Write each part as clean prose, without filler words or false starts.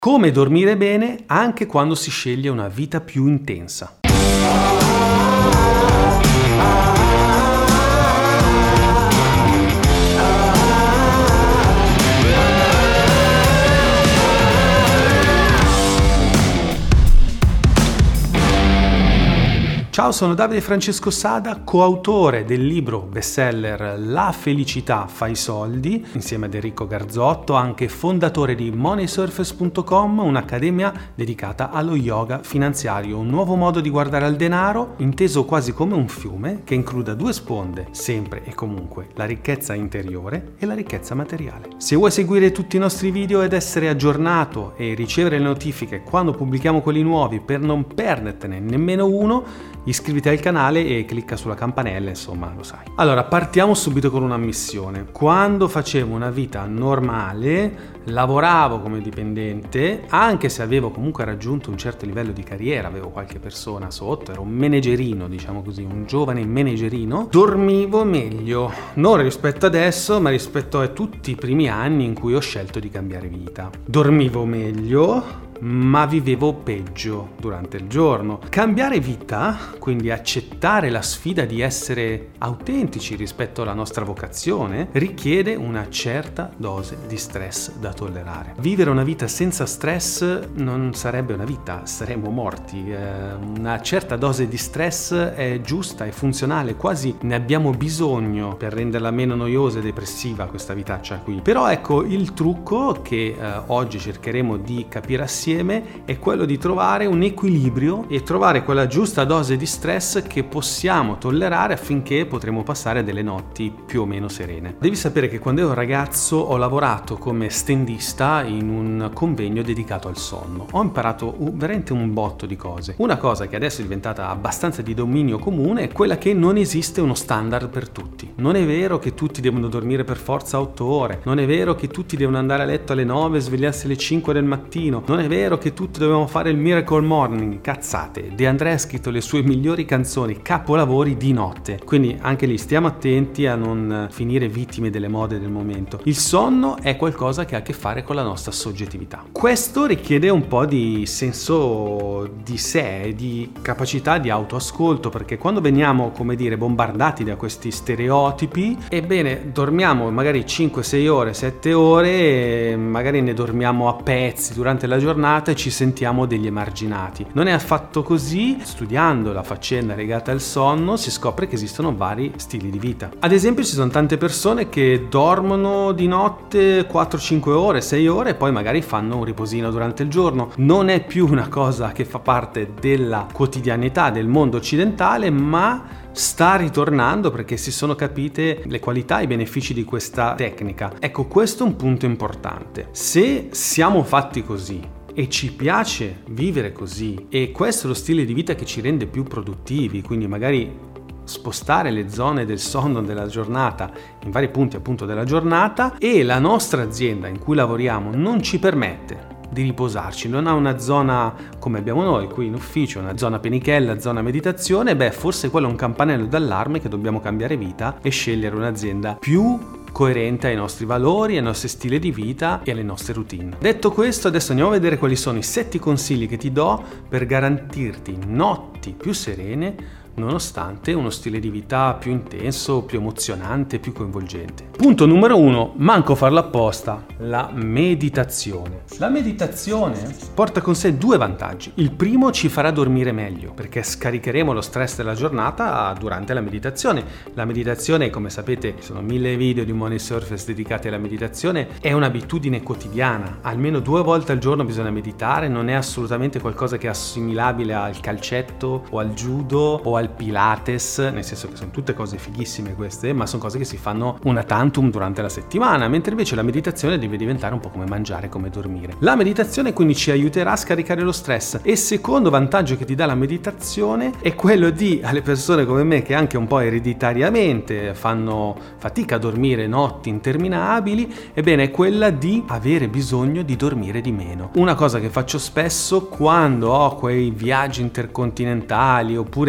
Come dormire bene anche quando si sceglie una vita più intensa. Ciao, sono Davide Francesco Sada, coautore del libro bestseller La felicità fa i soldi, insieme ad Enrico Garzotto, anche fondatore di moneysurfers.com, un'accademia dedicata allo yoga finanziario, un nuovo modo di guardare al denaro, inteso quasi come un fiume che includa due sponde, sempre e comunque, la ricchezza interiore e la ricchezza materiale. Se vuoi seguire tutti i nostri video ed essere aggiornato e ricevere le notifiche quando pubblichiamo quelli nuovi per non perderne nemmeno uno, iscriviti al canale e clicca sulla campanella, insomma, lo sai. Allora, partiamo subito con un'ammissione. Quando facevo una vita normale, lavoravo come dipendente, anche se avevo comunque raggiunto un certo livello di carriera, avevo qualche persona sotto, ero un managerino, diciamo così, un giovane managerino, dormivo meglio, non rispetto adesso, ma rispetto a tutti i primi anni in cui ho scelto di cambiare vita. Dormivo meglio, ma vivevo peggio durante il giorno. Cambiare vita, quindi accettare la sfida di essere autentici rispetto alla nostra vocazione, richiede una certa dose di stress da tollerare. Vivere una vita senza stress non sarebbe una vita, saremmo morti. Una certa dose di stress è giusta, è funzionale, quasi ne abbiamo bisogno per renderla meno noiosa e depressiva questa vitaccia qui. Però ecco, il trucco che oggi cercheremo di capire assieme è quello di trovare un equilibrio e trovare quella giusta dose di stress che possiamo tollerare affinché potremo passare delle notti più o meno serene. Devi sapere che quando ero ragazzo ho lavorato come stendista in un convegno dedicato al sonno. Ho imparato veramente un botto di cose. Una cosa che adesso è diventata abbastanza di dominio comune è quella che non esiste uno standard per tutti. Non è vero che tutti devono dormire per forza 8 ore, non è vero che tutti devono andare a letto alle 9 e svegliarsi alle 5 del mattino, non è vero che tutti dobbiamo fare il Miracle Morning. Cazzate. De André ha scritto le sue migliori canzoni, capolavori di notte, quindi anche lì stiamo attenti a non finire vittime delle mode del momento. Il sonno è qualcosa che ha a che fare con la nostra soggettività. Questo richiede un po' di senso di sé, di capacità di autoascolto, perché quando veniamo, come dire, bombardati da questi stereotipi, ebbene dormiamo magari 5-6 ore, 7 ore, magari ne dormiamo a pezzi durante la giornata e ci sentiamo degli emarginati. Non è affatto così. Studiando la faccenda legata al sonno si scopre che esistono vari stili di vita. Ad esempio ci sono tante persone che dormono di notte 4-5 ore, 6 ore e poi magari fanno un riposino durante il giorno. Non è più una cosa che fa parte della quotidianità del mondo occidentale, ma sta ritornando perché si sono capite le qualità e i benefici di questa tecnica. Ecco, questo è un punto importante. Se siamo fatti così e ci piace vivere così e questo è lo stile di vita che ci rende più produttivi, quindi magari spostare le zone del sonno della giornata in vari punti appunto della giornata, e la nostra azienda in cui lavoriamo non ci permette di riposarci, non ha una zona come abbiamo noi qui in ufficio, una zona penichella, zona meditazione, forse quello è un campanello d'allarme che dobbiamo cambiare vita e scegliere un'azienda più coerente ai nostri valori, ai nostri stili di vita e alle nostre routine. Detto questo, adesso andiamo a vedere quali sono i 7 consigli che ti do per garantirti notti più serene nonostante uno stile di vita più intenso, più emozionante, più coinvolgente. Punto numero 1, manco farlo apposta, la meditazione. La meditazione porta con sé 2 vantaggi. Il primo, ci farà dormire meglio, perché scaricheremo lo stress della giornata durante la meditazione. La meditazione, come sapete, ci sono 1000 video di Money Surfers dedicati alla meditazione, è un'abitudine quotidiana. Almeno 2 volte al giorno bisogna meditare, non è assolutamente qualcosa che è assimilabile al calcetto o al judo o al Pilates, nel senso che sono tutte cose fighissime queste, ma sono cose che si fanno una tantum durante la settimana, mentre invece la meditazione deve diventare un po' come mangiare, come dormire. La meditazione quindi ci aiuterà a scaricare lo stress. E secondo vantaggio che ti dà la meditazione è quello di, alle persone come me che anche un po' ereditariamente fanno fatica a dormire notti interminabili, ebbene è quella di avere bisogno di dormire di meno. Una cosa che faccio spesso quando ho quei viaggi intercontinentali oppure viaggi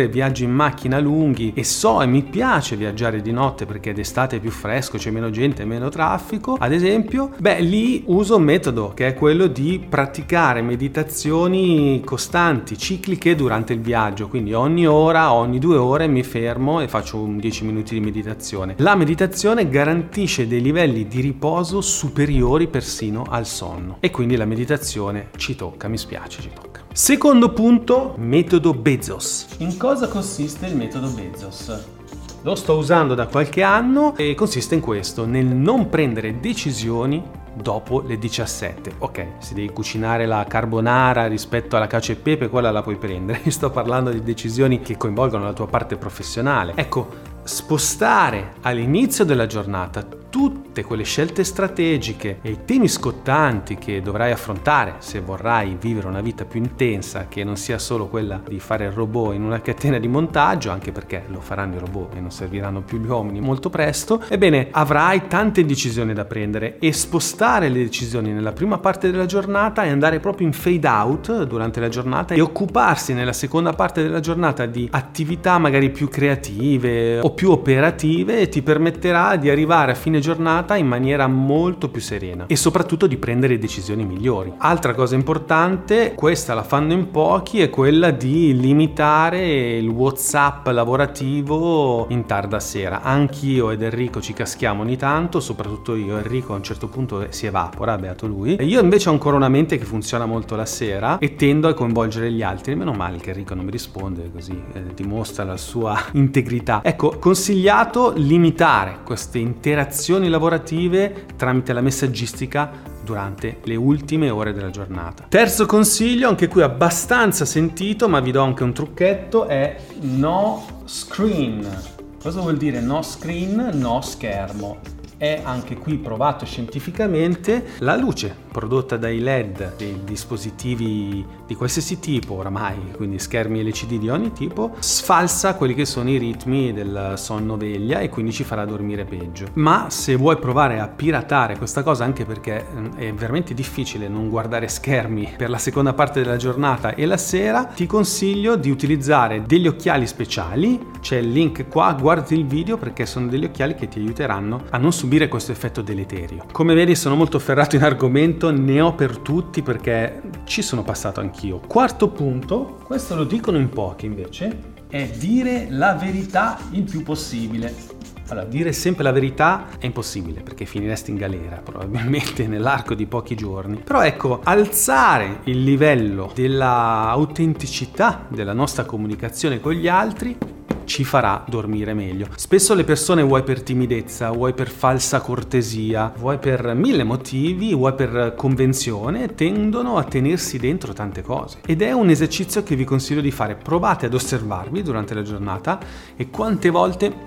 viaggi in macchina lunghi e so e mi piace viaggiare di notte perché d'estate è più fresco, c'è meno gente, meno traffico, ad esempio, lì uso un metodo che è quello di praticare meditazioni costanti, cicliche durante il viaggio, quindi ogni ora, ogni 2 ore mi fermo e faccio 10 minuti di meditazione. La meditazione garantisce dei livelli di riposo superiori persino al sonno e quindi la meditazione ci tocca, mi spiace, ci tocca. Secondo punto, metodo Bezos. In cosa consiste il metodo Bezos? Lo sto usando da qualche anno e consiste in questo, nel non prendere decisioni dopo le 17. Ok, se devi cucinare la carbonara rispetto alla cacio e pepe, quella la puoi prendere. Io sto parlando di decisioni che coinvolgono la tua parte professionale. Ecco, spostare all'inizio della giornata tutte quelle scelte strategiche e i temi scottanti che dovrai affrontare se vorrai vivere una vita più intensa, che non sia solo quella di fare il robot in una catena di montaggio, anche perché lo faranno i robot e non serviranno più gli uomini molto presto, ebbene avrai tante decisioni da prendere e spostare le decisioni nella prima parte della giornata e andare proprio in fade out durante la giornata e occuparsi nella seconda parte della giornata di attività magari più creative o più operative e ti permetterà di arrivare a fine giornata in maniera molto più serena e soprattutto di prendere decisioni migliori. Altra cosa importante, questa la fanno in pochi, è quella di limitare il WhatsApp lavorativo in tarda sera. Anch'io ed Enrico ci caschiamo ogni tanto, soprattutto io. Enrico a un certo punto si evapora, beato lui. E io invece ho ancora una mente che funziona molto la sera e tendo a coinvolgere gli altri. Meno male che Enrico non mi risponde, così dimostra la sua integrità. Ecco, consigliato limitare queste interazioni lavorative tramite la messaggistica durante le ultime ore della giornata. Terzo consiglio, anche qui abbastanza sentito, ma vi do anche un trucchetto, è no screen. Cosa vuol dire no screen? No schermo. È anche qui provato scientificamente, la luce prodotta dai LED dei dispositivi di qualsiasi tipo oramai, quindi schermi LCD di ogni tipo, sfalsa quelli che sono i ritmi del sonno-veglia e quindi ci farà dormire peggio. Ma se vuoi provare a piratare questa cosa, anche perché è veramente difficile non guardare schermi per la seconda parte della giornata e la sera, ti consiglio di utilizzare degli occhiali speciali. C'è il link qua, guardi il video perché sono degli occhiali che ti aiuteranno a non subire questo effetto deleterio. Come vedi sono molto ferrato in argomento, ne ho per tutti perché ci sono passato anch'io. Quarto punto, questo lo dicono in pochi invece, è dire la verità il più possibile. Allora, dire sempre la verità è impossibile perché finiresti in galera probabilmente nell'arco di pochi giorni. Però ecco, alzare il livello della autenticità della nostra comunicazione con gli altri ci farà dormire meglio. Spesso le persone, vuoi per timidezza, vuoi per falsa cortesia, vuoi per 1000 motivi, vuoi per convenzione, tendono a tenersi dentro tante cose. Ed è un esercizio che vi consiglio di fare. Provate ad osservarvi durante la giornata e quante volte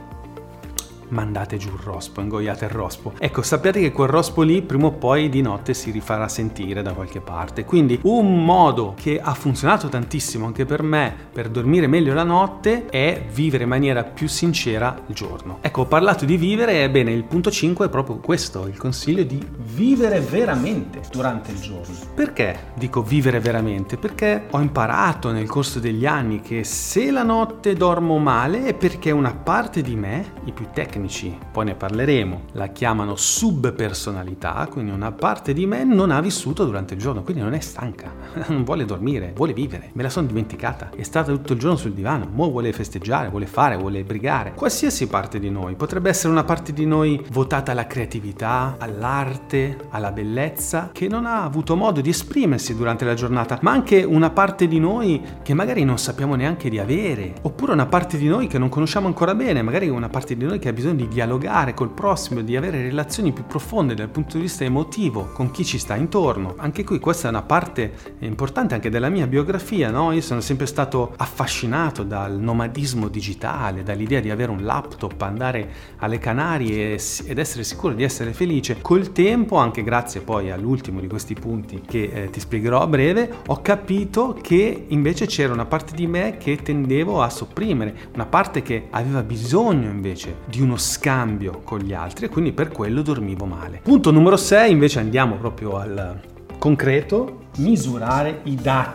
mandate giù il rospo, ingoiate il rospo. Ecco, sappiate che quel rospo lì prima o poi di notte si rifarà sentire da qualche parte. Quindi un modo che ha funzionato tantissimo anche per me per dormire meglio la notte è vivere in maniera più sincera il giorno. Ecco, ho parlato di vivere, ebbene il punto 5 è proprio questo, il consiglio di vivere veramente durante il giorno. Perché dico vivere veramente? Perché ho imparato nel corso degli anni che se la notte dormo male è perché una parte di me, i più tecnici, poi ne parleremo, la chiamano subpersonalità, quindi una parte di me non ha vissuto durante il giorno, quindi non è stanca, non vuole dormire, vuole vivere, me la sono dimenticata, è stata tutto il giorno sul divano, mo vuole festeggiare, vuole fare, vuole brigare. Qualsiasi parte di noi, potrebbe essere una parte di noi votata alla creatività, all'arte, alla bellezza, che non ha avuto modo di esprimersi durante la giornata, ma anche una parte di noi che magari non sappiamo neanche di avere, oppure una parte di noi che non conosciamo ancora bene, magari una parte di noi che ha bisogno di dialogare col prossimo, di avere relazioni più profonde dal punto di vista emotivo con chi ci sta intorno. Anche qui questa è una parte importante anche della mia biografia, no? Io sono sempre stato affascinato dal nomadismo digitale, dall'idea di avere un laptop, andare alle Canarie ed essere sicuro di essere felice. Col tempo, anche grazie poi all'ultimo di questi punti che ti spiegherò a breve, ho capito che invece c'era una parte di me che tendevo a sopprimere, una parte che aveva bisogno invece di uno scambio con gli altri e quindi per quello dormivo male. Punto numero 6, invece andiamo proprio al concreto, misurare i dati.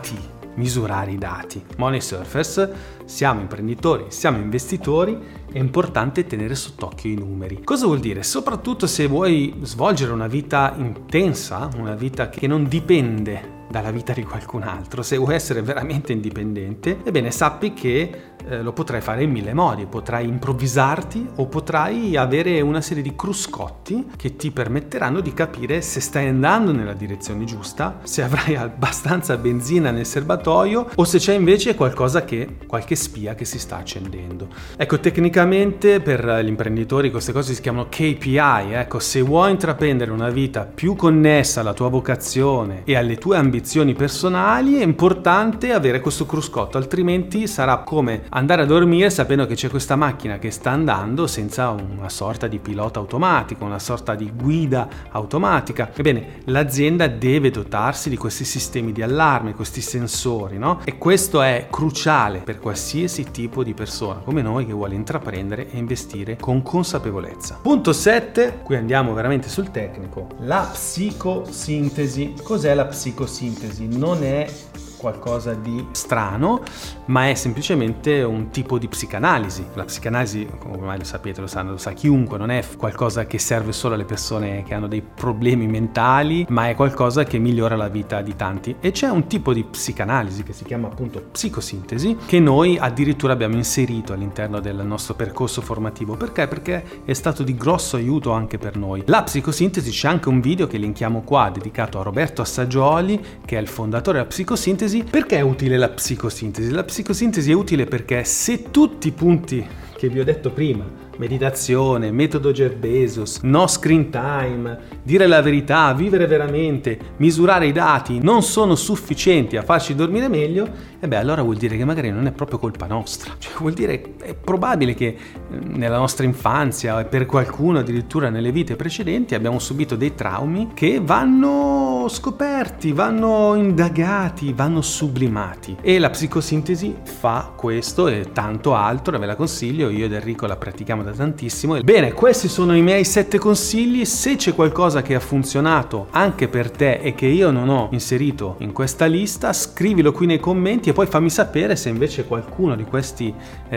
misurare i dati. Money Surfers, siamo imprenditori, siamo investitori, è importante tenere sott'occhio i numeri. Cosa vuol dire? Soprattutto se vuoi svolgere una vita intensa, una vita che non dipende dalla vita di qualcun altro, se vuoi essere veramente indipendente, ebbene sappi che lo potrai fare in mille modi. Potrai improvvisarti o potrai avere una serie di cruscotti che ti permetteranno di capire se stai andando nella direzione giusta, se avrai abbastanza benzina nel serbatoio o se c'è invece qualche spia che si sta accendendo. Ecco, tecnicamente per gli imprenditori queste cose si chiamano KPI. Ecco, se vuoi intraprendere una vita più connessa alla tua vocazione e alle tue ambizioni personali, è importante avere questo cruscotto, altrimenti sarà come andare a dormire sapendo che c'è questa macchina che sta andando senza una sorta di pilota automatico, una sorta di guida automatica. Ebbene, l'azienda deve dotarsi di questi sistemi di allarme, questi sensori, no? E questo è cruciale per qualsiasi tipo di persona come noi che vuole intraprendere e investire con consapevolezza. Punto 7, qui andiamo veramente sul tecnico, la psicosintesi. Cos'è la psicosintesi? Non è qualcosa di strano, ma è semplicemente un tipo di psicanalisi. La psicanalisi, come ormai lo sapete, lo sa chiunque, non è qualcosa che serve solo alle persone che hanno dei problemi mentali, ma è qualcosa che migliora la vita di tanti. E c'è un tipo di psicanalisi che si chiama appunto psicosintesi, che noi addirittura abbiamo inserito all'interno del nostro percorso formativo. Perché? Perché è stato di grosso aiuto anche per noi. La psicosintesi, c'è anche un video che linkiamo qua dedicato a Roberto Assagioli, che è il fondatore della psicosintesi. Perché è utile la psicosintesi? La psicosintesi è utile perché se tutti i punti che vi ho detto prima, meditazione, metodo Jeff Bezos, no screen time, dire la verità, vivere veramente, misurare i dati, non sono sufficienti a farci dormire meglio, allora vuol dire che magari non è proprio colpa nostra. Cioè, vuol dire che è probabile che nella nostra infanzia e per qualcuno addirittura nelle vite precedenti abbiamo subito dei traumi che vanno scoperti, vanno indagati, vanno sublimati. E la psicosintesi fa questo e tanto altro, ve la consiglio, io ed Enrico la pratichiamo da tantissimo. Bene, questi sono i miei 7 consigli. Se c'è qualcosa che ha funzionato anche per te e che io non ho inserito in questa lista, scrivilo qui nei commenti e poi fammi sapere se invece qualcuno di questi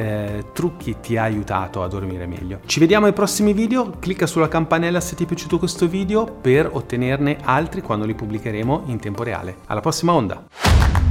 trucchi ti ha aiutato a dormire meglio. Ci vediamo ai prossimi video, clicca sulla campanella se ti è piaciuto questo video per ottenerne altri quando li pubblicheremo in tempo reale. Alla prossima onda!